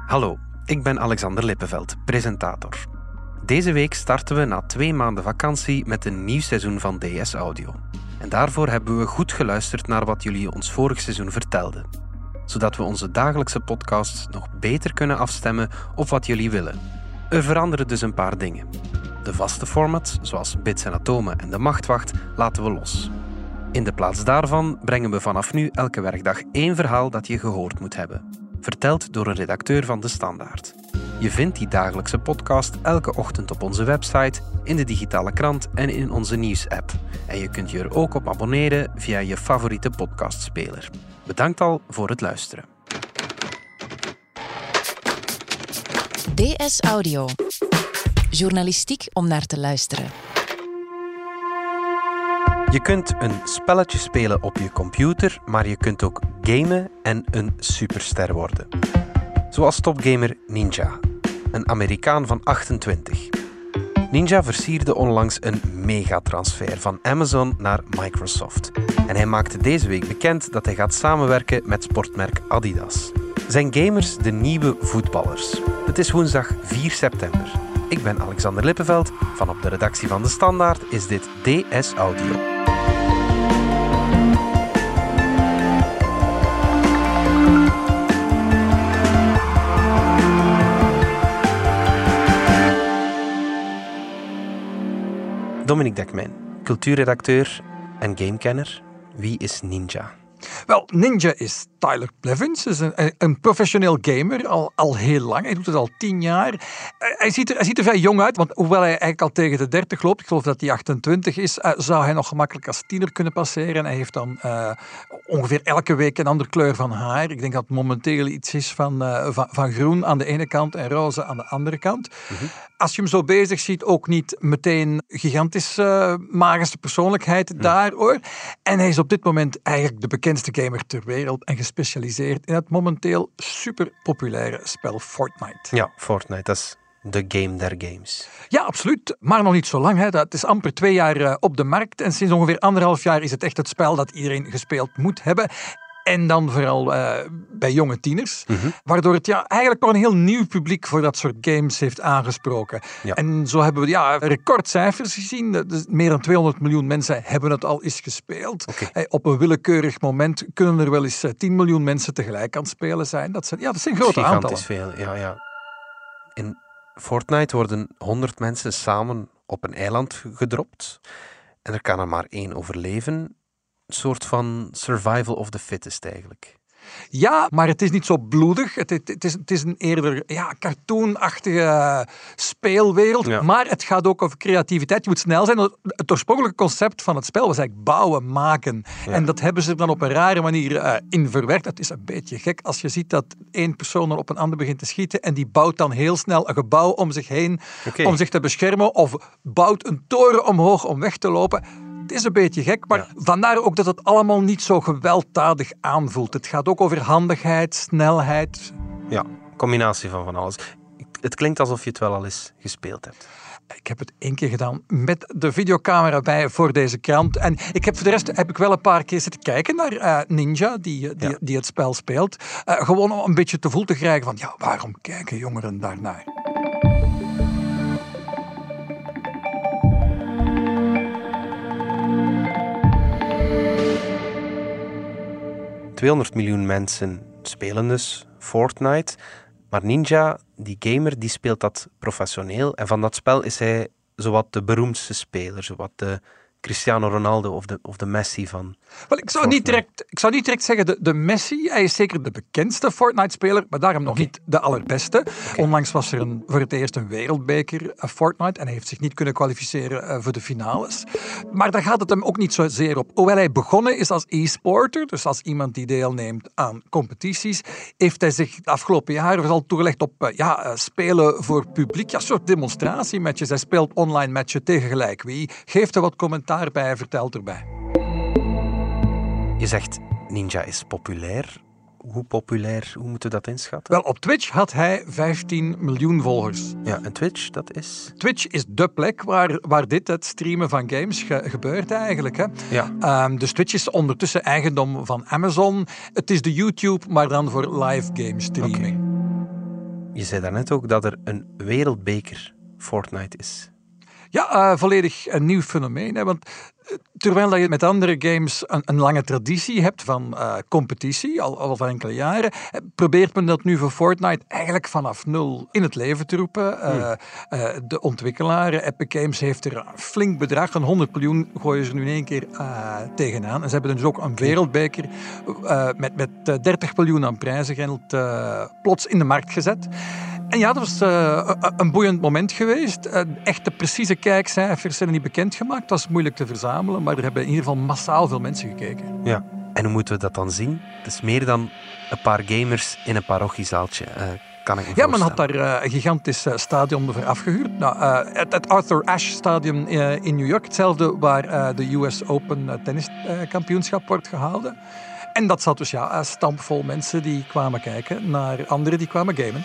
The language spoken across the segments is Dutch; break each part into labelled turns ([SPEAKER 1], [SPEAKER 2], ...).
[SPEAKER 1] Hallo, ik ben Alexander Lippenveld, presentator. Deze week starten we na 2 maanden vakantie met een nieuw seizoen van DS Audio. En daarvoor hebben we goed geluisterd naar wat jullie ons vorig seizoen vertelden. Zodat we onze dagelijkse podcasts nog beter kunnen afstemmen op wat jullie willen. Er veranderen dus een paar dingen. De vaste formats, zoals Bits en Atomen en de Machtwacht, laten we los. In de plaats daarvan brengen we vanaf nu elke werkdag 1 verhaal dat je gehoord moet hebben. Verteld door een redacteur van De Standaard. Je vindt die dagelijkse podcast elke ochtend op onze website, in de digitale krant en in onze nieuwsapp. En je kunt je er ook op abonneren via je favoriete podcastspeler. Bedankt al voor het luisteren.
[SPEAKER 2] DS Audio. Journalistiek om naar te luisteren.
[SPEAKER 1] Je kunt een spelletje spelen op je computer, maar je kunt ook gamen en een superster worden. Zoals topgamer Ninja, een Amerikaan van 28. Ninja versierde onlangs een megatransfer van Amazon naar Microsoft. En hij maakte deze week bekend dat hij gaat samenwerken met sportmerk Adidas. Zijn gamers de nieuwe voetballers? Het is woensdag 4 september. Ik ben Alexander Lippenveld. Van op de redactie van De Standaard is dit DS Audio. Dominique Dekmijn, cultuurredacteur en gamekenner. Wie is Ninja?
[SPEAKER 3] Wel, Ninja is Tyler Blevins, is een professioneel gamer, al heel lang. Hij doet het al 10 jaar. Hij ziet er vrij jong uit, want hoewel hij eigenlijk al tegen de 30 loopt, ik geloof dat hij 28 is, zou hij nog gemakkelijk als tiener kunnen passeren. Hij heeft dan ongeveer elke week een andere kleur van haar. Ik denk dat het momenteel iets is van groen aan de ene kant en roze aan de andere kant. Mm-hmm. Als je hem zo bezig ziet, ook niet meteen gigantische magische persoonlijkheid daar, hoor. En hij is op dit moment eigenlijk de bekendste gamer ter wereld en gespecialiseerd in het momenteel super populaire spel Fortnite.
[SPEAKER 1] Ja, Fortnite, dat is de game der games.
[SPEAKER 3] Ja, absoluut. Maar nog niet zo lang. Hè. Het is amper 2 jaar op de markt en sinds ongeveer 1,5 jaar is het echt het spel dat iedereen gespeeld moet hebben. En dan vooral bij jonge tieners. Mm-hmm. Waardoor het eigenlijk nog een heel nieuw publiek voor dat soort games heeft aangesproken. Ja. En zo hebben we recordcijfers gezien. Dus meer dan 200 miljoen mensen hebben het al eens gespeeld. Okay. Op een willekeurig moment kunnen er wel eens 10 miljoen mensen tegelijk aan het spelen zijn. Dat zijn grote aantallen.
[SPEAKER 1] Veel, ja. In Fortnite worden 100 mensen samen op een eiland gedropt. En er kan er maar 1 overleven. Een soort van survival of the fittest eigenlijk.
[SPEAKER 3] Ja, maar het is niet zo bloedig. Het is een eerder cartoonachtige speelwereld. Ja. Maar het gaat ook over creativiteit. Je moet snel zijn. Het oorspronkelijke concept van het spel was eigenlijk bouwen, maken. Ja. En dat hebben ze dan op een rare manier in verwerkt. Het is een beetje gek als je ziet dat 1 persoon dan op een ander begint te schieten en die bouwt dan heel snel een gebouw om zich heen, om zich te beschermen, of bouwt een toren omhoog om weg te lopen. Het is een beetje gek, maar vandaar ook dat het allemaal niet zo gewelddadig aanvoelt. Het gaat ook over handigheid, snelheid.
[SPEAKER 1] Ja, combinatie van alles. Het klinkt alsof je het wel al eens gespeeld hebt.
[SPEAKER 3] Ik heb het 1 keer gedaan met de videocamera bij voor deze krant. En voor de rest heb ik wel een paar keer zitten kijken naar Ninja, die het spel speelt. Gewoon om een beetje te voelen te krijgen van, waarom kijken jongeren daarnaar?
[SPEAKER 1] 200 miljoen mensen spelen dus Fortnite. Maar Ninja, die gamer, die speelt dat professioneel. En van dat spel is hij zowat de beroemdste speler. Zowat de Cristiano Ronaldo of de Messi van
[SPEAKER 3] Wel, ik zou niet direct zeggen de Messi. Hij is zeker de bekendste Fortnite-speler, maar daarom nog niet de allerbeste. Onlangs was er voor het eerst een wereldbeker Fortnite en hij heeft zich niet kunnen kwalificeren voor de finales. Maar daar gaat het hem ook niet zozeer op. Hoewel hij begonnen is als e-sporter, dus als iemand die deelneemt aan competities, heeft hij zich de afgelopen jaren vooral toegelegd op spelen voor publiek. Ja, een soort demonstratiematches. Hij speelt online matchen tegen gelijk wie. Geeft er wat commentaar bij, vertelt erbij.
[SPEAKER 1] Je zegt Ninja is populair. Hoe populair, hoe moeten we dat inschatten?
[SPEAKER 3] Wel, op Twitch had hij 15 miljoen volgers.
[SPEAKER 1] Ja, en Twitch, dat is?
[SPEAKER 3] Twitch is dé plek waar het streamen van games gebeurt eigenlijk. Hè.
[SPEAKER 1] Ja.
[SPEAKER 3] Dus Twitch is ondertussen eigendom van Amazon. Het is de YouTube, maar dan voor live game streaming. Okay.
[SPEAKER 1] Je zei daarnet ook dat er een wereldbeker Fortnite is.
[SPEAKER 3] Ja, volledig een nieuw fenomeen. Hè, want terwijl dat je met andere games een lange traditie hebt van competitie, al van enkele jaren, probeert men dat nu voor Fortnite eigenlijk vanaf nul in het leven te roepen. De ontwikkelaar, Epic Games, heeft er een flink bedrag, een 100 miljoen gooien ze er nu in één keer tegenaan. En ze hebben dus ook een wereldbeker met 30 miljoen aan prijzengeld plots in de markt gezet. En ja, dat was een boeiend moment geweest. Echte precieze kijkcijfers zijn niet bekendgemaakt. Dat was moeilijk te verzamelen, maar er hebben in ieder geval massaal veel mensen gekeken.
[SPEAKER 1] Ja, en hoe moeten we dat dan zien? Het is meer dan een paar gamers in een parochiezaaltje, kan ik me voorstellen.
[SPEAKER 3] Men had daar een gigantisch stadion voor afgehuurd. Het Arthur Ashe Stadium in New York, hetzelfde waar de US Open tenniskampioenschap wordt gehouden. En dat zat dus stampvol mensen die kwamen kijken naar anderen die kwamen gamen.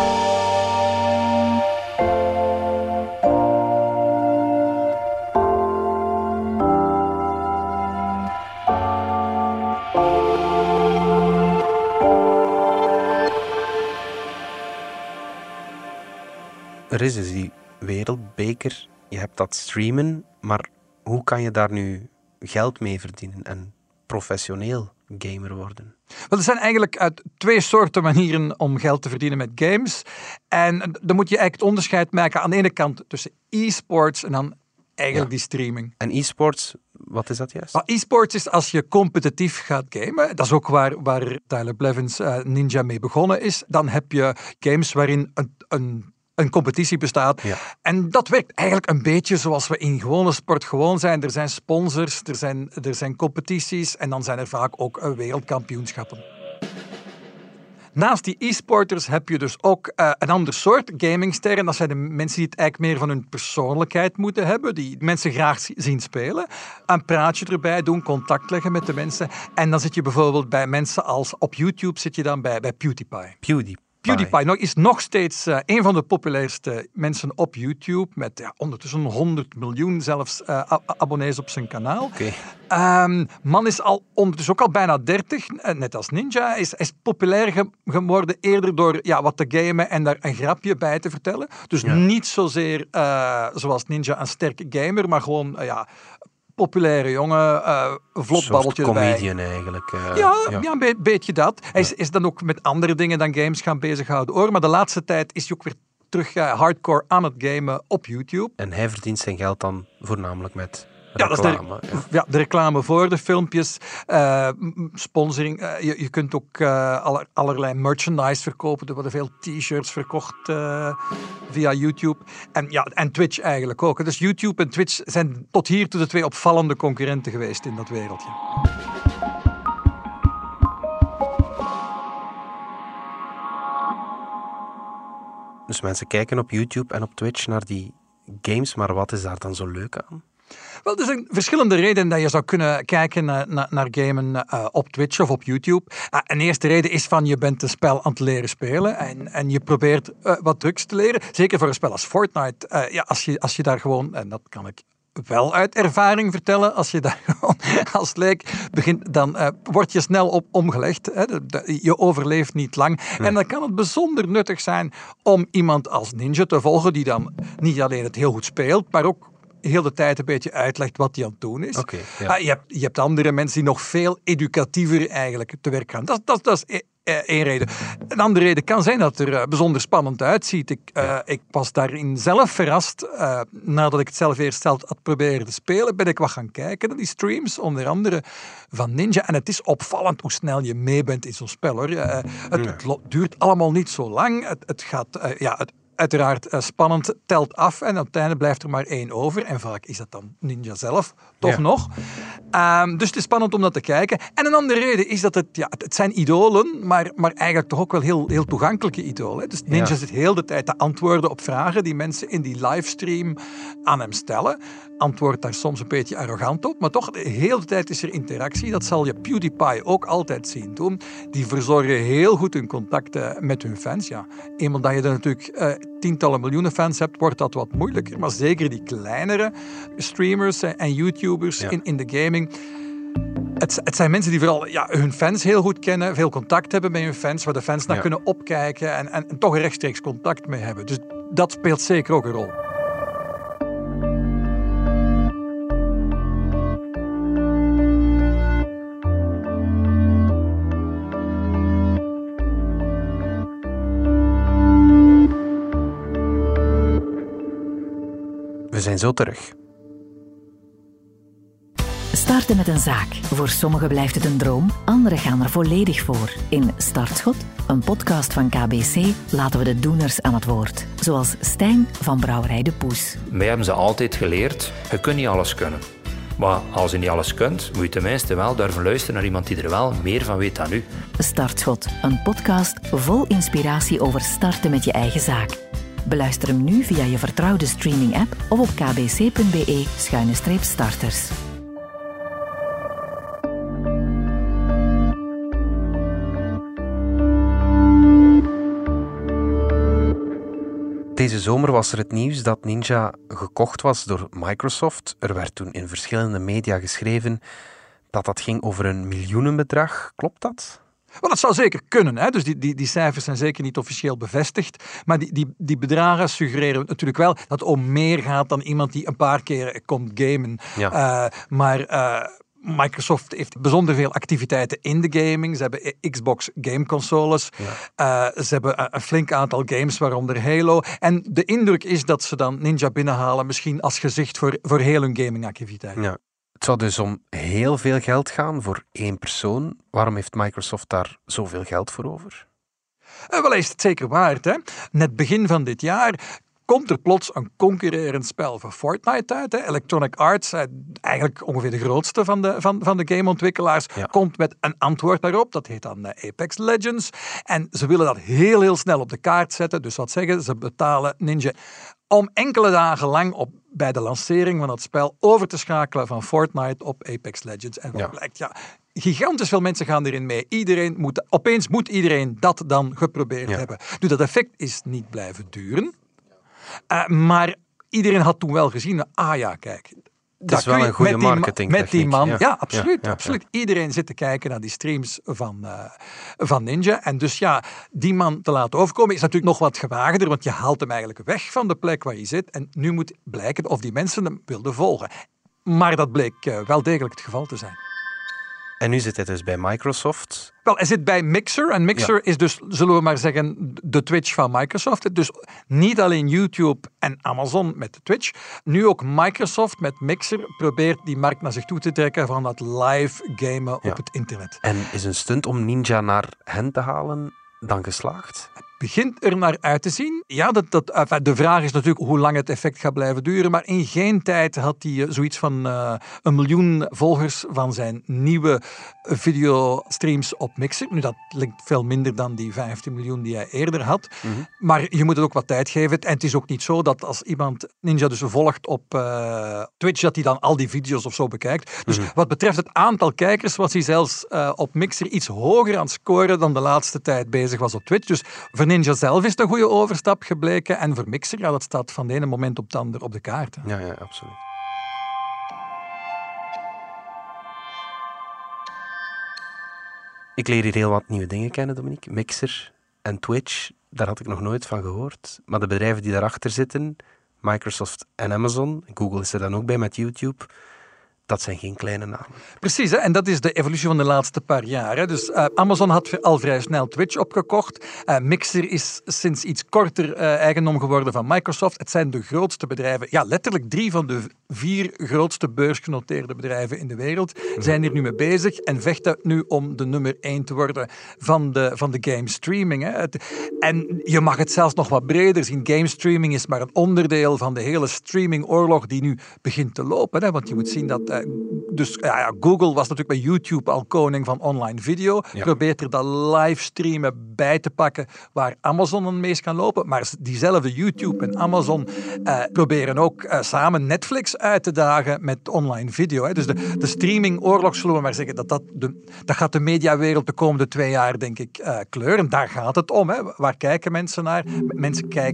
[SPEAKER 1] Er is dus die wereldbeker, je hebt dat streamen, maar hoe kan je daar nu geld mee verdienen en professioneel gamer worden?
[SPEAKER 3] Wel, er zijn eigenlijk twee soorten manieren om geld te verdienen met games. En dan moet je eigenlijk het onderscheid maken aan de ene kant tussen e-sports en dan eigenlijk die streaming.
[SPEAKER 1] En e-sports, wat is dat juist?
[SPEAKER 3] E-sports is als je competitief gaat gamen. Dat is ook waar Tyler Blevins Ninja mee begonnen is. Dan heb je games waarin een competitie bestaat. Ja. En dat werkt eigenlijk een beetje zoals we in gewone sport gewoon zijn. Er zijn sponsors, er zijn competities en dan zijn er vaak ook wereldkampioenschappen. Naast die e-sporters heb je dus ook een ander soort gamingsterren. Dat zijn de mensen die het eigenlijk meer van hun persoonlijkheid moeten hebben. Die mensen graag zien spelen. Een praatje erbij doen, contact leggen met de mensen. En dan zit je bijvoorbeeld bij mensen als... Op YouTube zit je dan bij PewDiePie. PewDiePie is nog steeds een van de populairste mensen op YouTube. Met ondertussen 100 miljoen zelfs abonnees op zijn kanaal.
[SPEAKER 1] Okay.
[SPEAKER 3] Man is ondertussen ook al bijna 30, net als Ninja. Is populair geworden eerder door wat te gamen en daar een grapje bij te vertellen. Dus niet zozeer zoals Ninja een sterke gamer, maar gewoon... populaire jongen, vlot babbeltje erbij.
[SPEAKER 1] Comedian eigenlijk.
[SPEAKER 3] Een beetje dat. Hij is dan ook met andere dingen dan games gaan bezighouden hoor. Maar de laatste tijd is hij ook weer terug hardcore aan het gamen op YouTube.
[SPEAKER 1] En hij verdient zijn geld dan voornamelijk met reclame.
[SPEAKER 3] De reclame voor de filmpjes, sponsoring. Je kunt ook allerlei merchandise verkopen. Er worden veel t-shirts verkocht via YouTube. En Twitch eigenlijk ook. Dus YouTube en Twitch zijn tot hiertoe de twee opvallende concurrenten geweest in dat wereldje.
[SPEAKER 1] Dus mensen kijken op YouTube en op Twitch naar die games, maar wat is daar dan zo leuk aan?
[SPEAKER 3] Wel, er zijn verschillende redenen dat je zou kunnen kijken naar gamen op Twitch of op YouTube. Een eerste reden is van je bent een spel aan het leren spelen en je probeert wat trucs te leren. Zeker voor een spel als Fortnite. Als je daar gewoon, en dat kan ik wel uit ervaring vertellen, als je daar gewoon als leek begint, dan word je snel op omgelegd. Hè. Je overleeft niet lang. Nee. En dan kan het bijzonder nuttig zijn om iemand als Ninja te volgen die dan niet alleen het heel goed speelt, maar ook heel de tijd een beetje uitlegt wat hij aan het doen is.
[SPEAKER 1] Okay,
[SPEAKER 3] je hebt andere mensen die nog veel educatiever eigenlijk te werk gaan. Dat is één reden. Een andere reden kan zijn dat het er bijzonder spannend uitziet. Ik was daarin zelf verrast. Nadat ik het zelf eerst had proberen te spelen, ben ik wat gaan kijken naar die streams, onder andere van Ninja. En het is opvallend hoe snel je mee bent in zo'n spel, hoor. Het duurt allemaal niet zo lang. Het gaat... Uiteraard spannend, telt af en uiteindelijk blijft er maar 1 over. En vaak is dat dan Ninja zelf, toch nog. Dus het is spannend om dat te kijken. En een andere reden is dat het zijn idolen, maar eigenlijk toch ook wel heel toegankelijke idolen. Hè? Dus Ninja zit heel de tijd te antwoorden op vragen die mensen in die livestream aan hem stellen. Antwoordt daar soms een beetje arrogant op, maar toch de hele tijd is er interactie. Dat zal je PewDiePie ook altijd zien doen. Die verzorgen heel goed hun contacten met hun fans. Ja, eenmaal dat je er natuurlijk tientallen miljoenen fans hebt, wordt dat wat moeilijker. Maar zeker die kleinere streamers en YouTubers in de gaming, Het zijn mensen die vooral hun fans heel goed kennen, veel contact hebben met hun fans, waar de fans naar kunnen opkijken en toch een rechtstreeks contact mee hebben. Dus dat speelt zeker ook een rol.
[SPEAKER 1] We zijn zo terug.
[SPEAKER 4] Starten met een zaak. Voor sommigen blijft het een droom, anderen gaan er volledig voor. In Startschot, een podcast van KBC, laten we de doeners aan het woord. Zoals Stijn van Brouwerij De Poes.
[SPEAKER 5] Wij hebben ze altijd geleerd, je kunt niet alles kunnen. Maar als je niet alles kunt, moet je tenminste wel durven luisteren naar iemand die er wel meer van weet dan u.
[SPEAKER 4] Startschot, een podcast vol inspiratie over starten met je eigen zaak. Beluister hem nu via je vertrouwde streaming-app of op kbc.be/starters.
[SPEAKER 1] Deze zomer was er het nieuws dat Ninja gekocht was door Microsoft. Er werd toen in verschillende media geschreven dat dat ging over een miljoenenbedrag. Klopt dat?
[SPEAKER 3] Wel, dat zou zeker kunnen. Hè? Dus die cijfers zijn zeker niet officieel bevestigd. Maar die bedragen suggereren natuurlijk wel dat het om meer gaat dan iemand die een paar keer komt gamen.
[SPEAKER 1] Ja.
[SPEAKER 3] Microsoft heeft bijzonder veel activiteiten in de gaming. Ze hebben Xbox gameconsoles. Ja. Ze hebben een flink aantal games, waaronder Halo. En de indruk is dat ze dan Ninja binnenhalen, misschien als gezicht voor heel hun gamingactiviteit.
[SPEAKER 1] Ja. Het zou dus om heel veel geld gaan voor één persoon. Waarom heeft Microsoft daar zoveel geld voor over?
[SPEAKER 3] Wel, is het zeker waard. Hè? Net begin van dit jaar komt er plots een concurrerend spel voor Fortnite uit. Hè? Electronic Arts, eigenlijk ongeveer de grootste van de gameontwikkelaars, komt met een antwoord daarop. Dat heet dan Apex Legends. En ze willen dat heel, heel snel op de kaart zetten. Dus wat zeggen ze? betalen Ninja om enkele dagen lang bij de lancering van dat spel over te schakelen van Fortnite op Apex Legends. En wat blijkt, gigantisch veel mensen gaan erin mee. Opeens moet iedereen dat dan geprobeerd hebben. Nu, dat effect is niet blijven duren. Maar iedereen had toen wel gezien, kijk.
[SPEAKER 1] Het is wel een goede marketingtechniek.
[SPEAKER 3] Met die man, absoluut. Iedereen zit te kijken naar die streams van Ninja. En dus die man te laten overkomen is natuurlijk nog wat gewaagder, want je haalt hem eigenlijk weg van de plek waar je zit. En nu moet blijken of die mensen hem wilden volgen. Maar dat bleek wel degelijk het geval te zijn.
[SPEAKER 1] En nu zit hij dus bij Microsoft.
[SPEAKER 3] Wel, hij zit bij Mixer. En Mixer is dus, zullen we maar zeggen, de Twitch van Microsoft. Dus niet alleen YouTube en Amazon met Twitch. Nu ook Microsoft met Mixer probeert die markt naar zich toe te trekken van dat live gamen op het internet.
[SPEAKER 1] En is een stunt om Ninja naar hen te halen dan geslaagd?
[SPEAKER 3] Begint er naar uit te zien. Ja, de vraag is natuurlijk hoe lang het effect gaat blijven duren. Maar in geen tijd had hij zoiets van 1 miljoen volgers van zijn nieuwe videostreams op Mixer. Nu, dat lijkt veel minder dan die 15 miljoen die hij eerder had. Mm-hmm. Maar je moet het ook wat tijd geven. En het is ook niet zo dat als iemand Ninja dus volgt op Twitch, dat hij dan al die video's of zo bekijkt. Dus wat betreft het aantal kijkers was hij zelfs op Mixer iets hoger aan het scoren dan de laatste tijd bezig was op Twitch. Dus voor Ninja zelf is het een goede overstap gebleken. En voor Mixer, dat staat van de ene moment op het andere op de kaart. Hè.
[SPEAKER 1] Ja, absoluut. Ik leer hier heel wat nieuwe dingen kennen, Dominique. Mixer en Twitch, daar had ik nog nooit van gehoord. Maar de bedrijven die daarachter zitten, Microsoft en Amazon, Google is er dan ook bij met YouTube, dat zijn geen kleine namen.
[SPEAKER 3] Precies, hè? En dat is de evolutie van de laatste paar jaar. Hè? Dus Amazon had al vrij snel Twitch opgekocht. Mixer is sinds iets korter eigendom geworden van Microsoft. Het zijn de grootste bedrijven, letterlijk 3 van de 4 grootste beursgenoteerde bedrijven in de wereld zijn hier nu mee bezig en vechten nu om de nummer 1 te worden van de game streaming. Hè? En je mag het zelfs nog wat breder zien. Game streaming is maar een onderdeel van de hele streamingoorlog die nu begint te lopen. Hè? Want je moet zien dat Google was natuurlijk bij YouTube al koning van online video. Ja. Probeert er dat livestreamen bij te pakken waar Amazon dan mee kan lopen. Maar diezelfde YouTube en Amazon proberen ook samen Netflix uit te dagen met online video. Hè. Dus de streamingoorlog, zullen we maar zeggen, dat gaat de mediawereld de komende 2 jaar, denk ik, kleuren. Daar gaat het om. Hè. Waar kijken mensen naar? Mensen kijken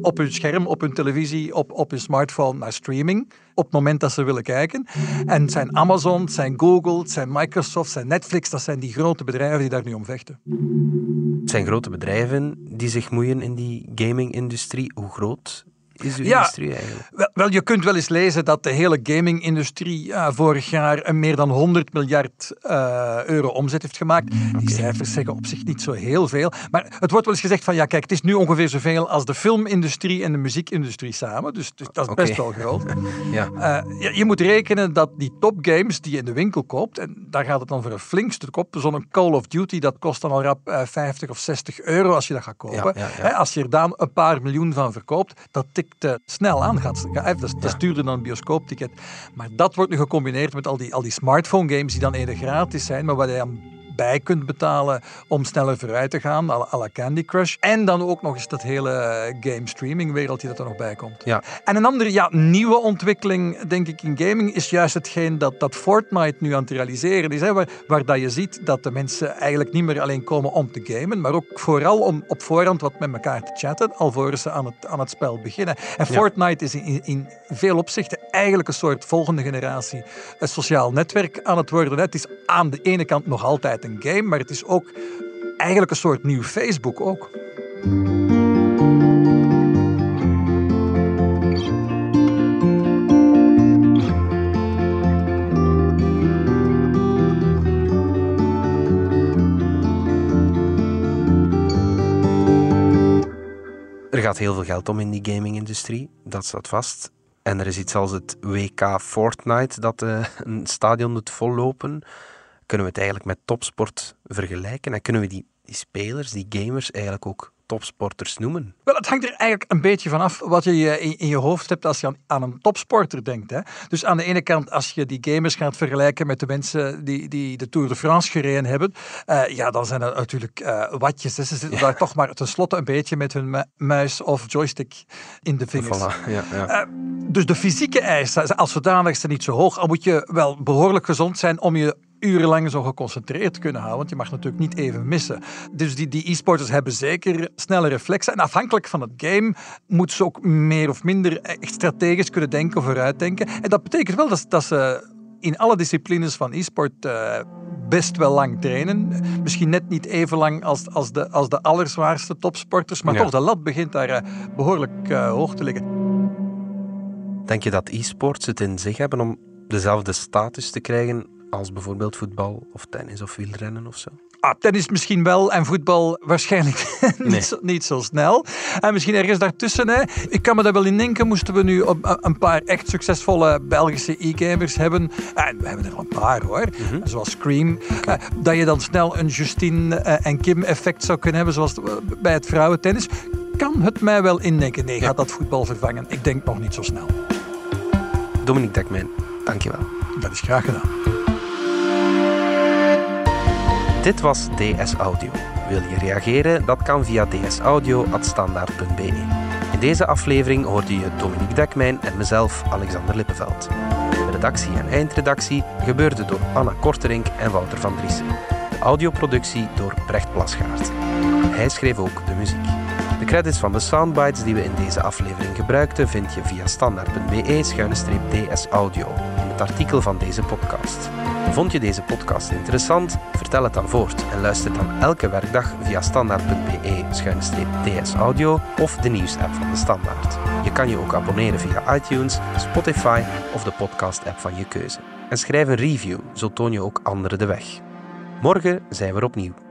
[SPEAKER 3] op hun scherm, op hun televisie, op hun smartphone naar streaming. Op het moment dat ze willen kijken. En het zijn Amazon, het zijn Google, het zijn Microsoft, het zijn Netflix. Dat zijn die grote bedrijven die daar nu om vechten.
[SPEAKER 1] Het zijn grote bedrijven die zich moeien in die gaming-industrie. Hoe groot is uw industrie eigenlijk?
[SPEAKER 3] Wel, je kunt wel eens lezen dat de hele gaming-industrie vorig jaar meer dan 100 miljard euro omzet heeft gemaakt. Die cijfers zeggen op zich niet zo heel veel. Maar het wordt wel eens gezegd van, ja kijk, het is nu ongeveer zoveel als de filmindustrie en de muziekindustrie samen. Dus dat is best wel groot. Je moet rekenen dat die topgames die je in de winkel koopt, en daar gaat het dan voor een flink stuk op, zo'n Call of Duty, dat kost dan al rap 50 of 60 euro als je dat gaat kopen. Als je er dan een paar miljoen van verkoopt, dat tikt snel aan. Dat is duurder dan een bioscoopticket. Maar dat wordt nu gecombineerd met al die smartphone games die dan eerder gratis zijn, maar waar je dan bij kunt betalen om sneller vooruit te gaan, à la Candy Crush. En dan ook nog eens dat hele game streaming wereld die er nog bij komt.
[SPEAKER 1] Ja.
[SPEAKER 3] En een andere nieuwe ontwikkeling, denk ik, in gaming is juist hetgeen dat Fortnite nu aan het realiseren is. Hè, waar dat je ziet dat de mensen eigenlijk niet meer alleen komen om te gamen, maar ook vooral om op voorhand wat met elkaar te chatten, alvorens ze aan het spel beginnen. En Fortnite is in veel opzichten eigenlijk een soort volgende generatie een sociaal netwerk aan het worden. Het is aan de ene kant nog altijd een game, maar het is ook eigenlijk een soort nieuw Facebook ook.
[SPEAKER 1] Er gaat heel veel geld om in die gaming-industrie, dat staat vast. En er is iets als het WK Fortnite dat een stadion doet vollopen. Kunnen we het eigenlijk met topsport vergelijken? En kunnen we die spelers, die gamers, eigenlijk ook topsporters noemen?
[SPEAKER 3] Wel, het hangt er eigenlijk een beetje vanaf wat je in je hoofd hebt als je aan een topsporter denkt. Hè. Dus aan de ene kant, als je die gamers gaat vergelijken met de mensen die de Tour de France gereden hebben, dan zijn dat natuurlijk watjes. Ze zitten daar toch maar tenslotte een beetje met hun muis of joystick in de vingers.
[SPEAKER 1] Voilà,
[SPEAKER 3] dus de fysieke eisen, als zodanig, zijn niet zo hoog. Al moet je wel behoorlijk gezond zijn om je urenlang zo geconcentreerd te kunnen houden, want je mag natuurlijk niet even missen. Dus die e-sporters hebben zeker snelle reflexen en afhankelijk van het game moeten ze ook meer of minder echt strategisch kunnen denken of vooruitdenken. En dat betekent wel dat ze in alle disciplines van e-sport best wel lang trainen. Misschien net niet even lang als de allerzwaarste topsporters, maar toch, de lat begint daar behoorlijk hoog te liggen.
[SPEAKER 1] Denk je dat e-sports het in zich hebben om dezelfde status te krijgen als bijvoorbeeld voetbal of tennis of wielrennen of zo?
[SPEAKER 3] Tennis misschien wel en voetbal waarschijnlijk niet zo snel. En misschien ergens daartussen. Hè. Ik kan me daar wel in denken, moesten we nu een paar echt succesvolle Belgische e-gamers hebben. En we hebben er al een paar hoor. Zoals Scream. Dat je dan snel een Justine en Kim effect zou kunnen hebben, zoals bij het vrouwentennis. Kan het mij wel indenken. Nee, gaat dat voetbal vervangen? Ik denk nog niet zo snel.
[SPEAKER 1] Dominique Dekmijn, dankjewel.
[SPEAKER 3] Dat is graag gedaan.
[SPEAKER 1] Dit was DS Audio. Wil je reageren? Dat kan via dsaudio@standaard.be. In deze aflevering hoorde je Dominique Dekmijn en mezelf, Alexander Lippenveld. De redactie en eindredactie gebeurde door Anna Korterink en Wouter van Driessen. De audioproductie door Brecht Plasgaard. Hij schreef ook de muziek. De credits van de soundbites die we in deze aflevering gebruikten vind je via standaard.be/DS Audio in het artikel van deze podcast. Vond je deze podcast interessant? Vertel het dan voort en luister dan elke werkdag via standaard.be/DS Audio of de nieuwsapp van de Standaard. Je kan je ook abonneren via iTunes, Spotify of de podcast-app van je keuze. En schrijf een review, zo toon je ook anderen de weg. Morgen zijn we er opnieuw.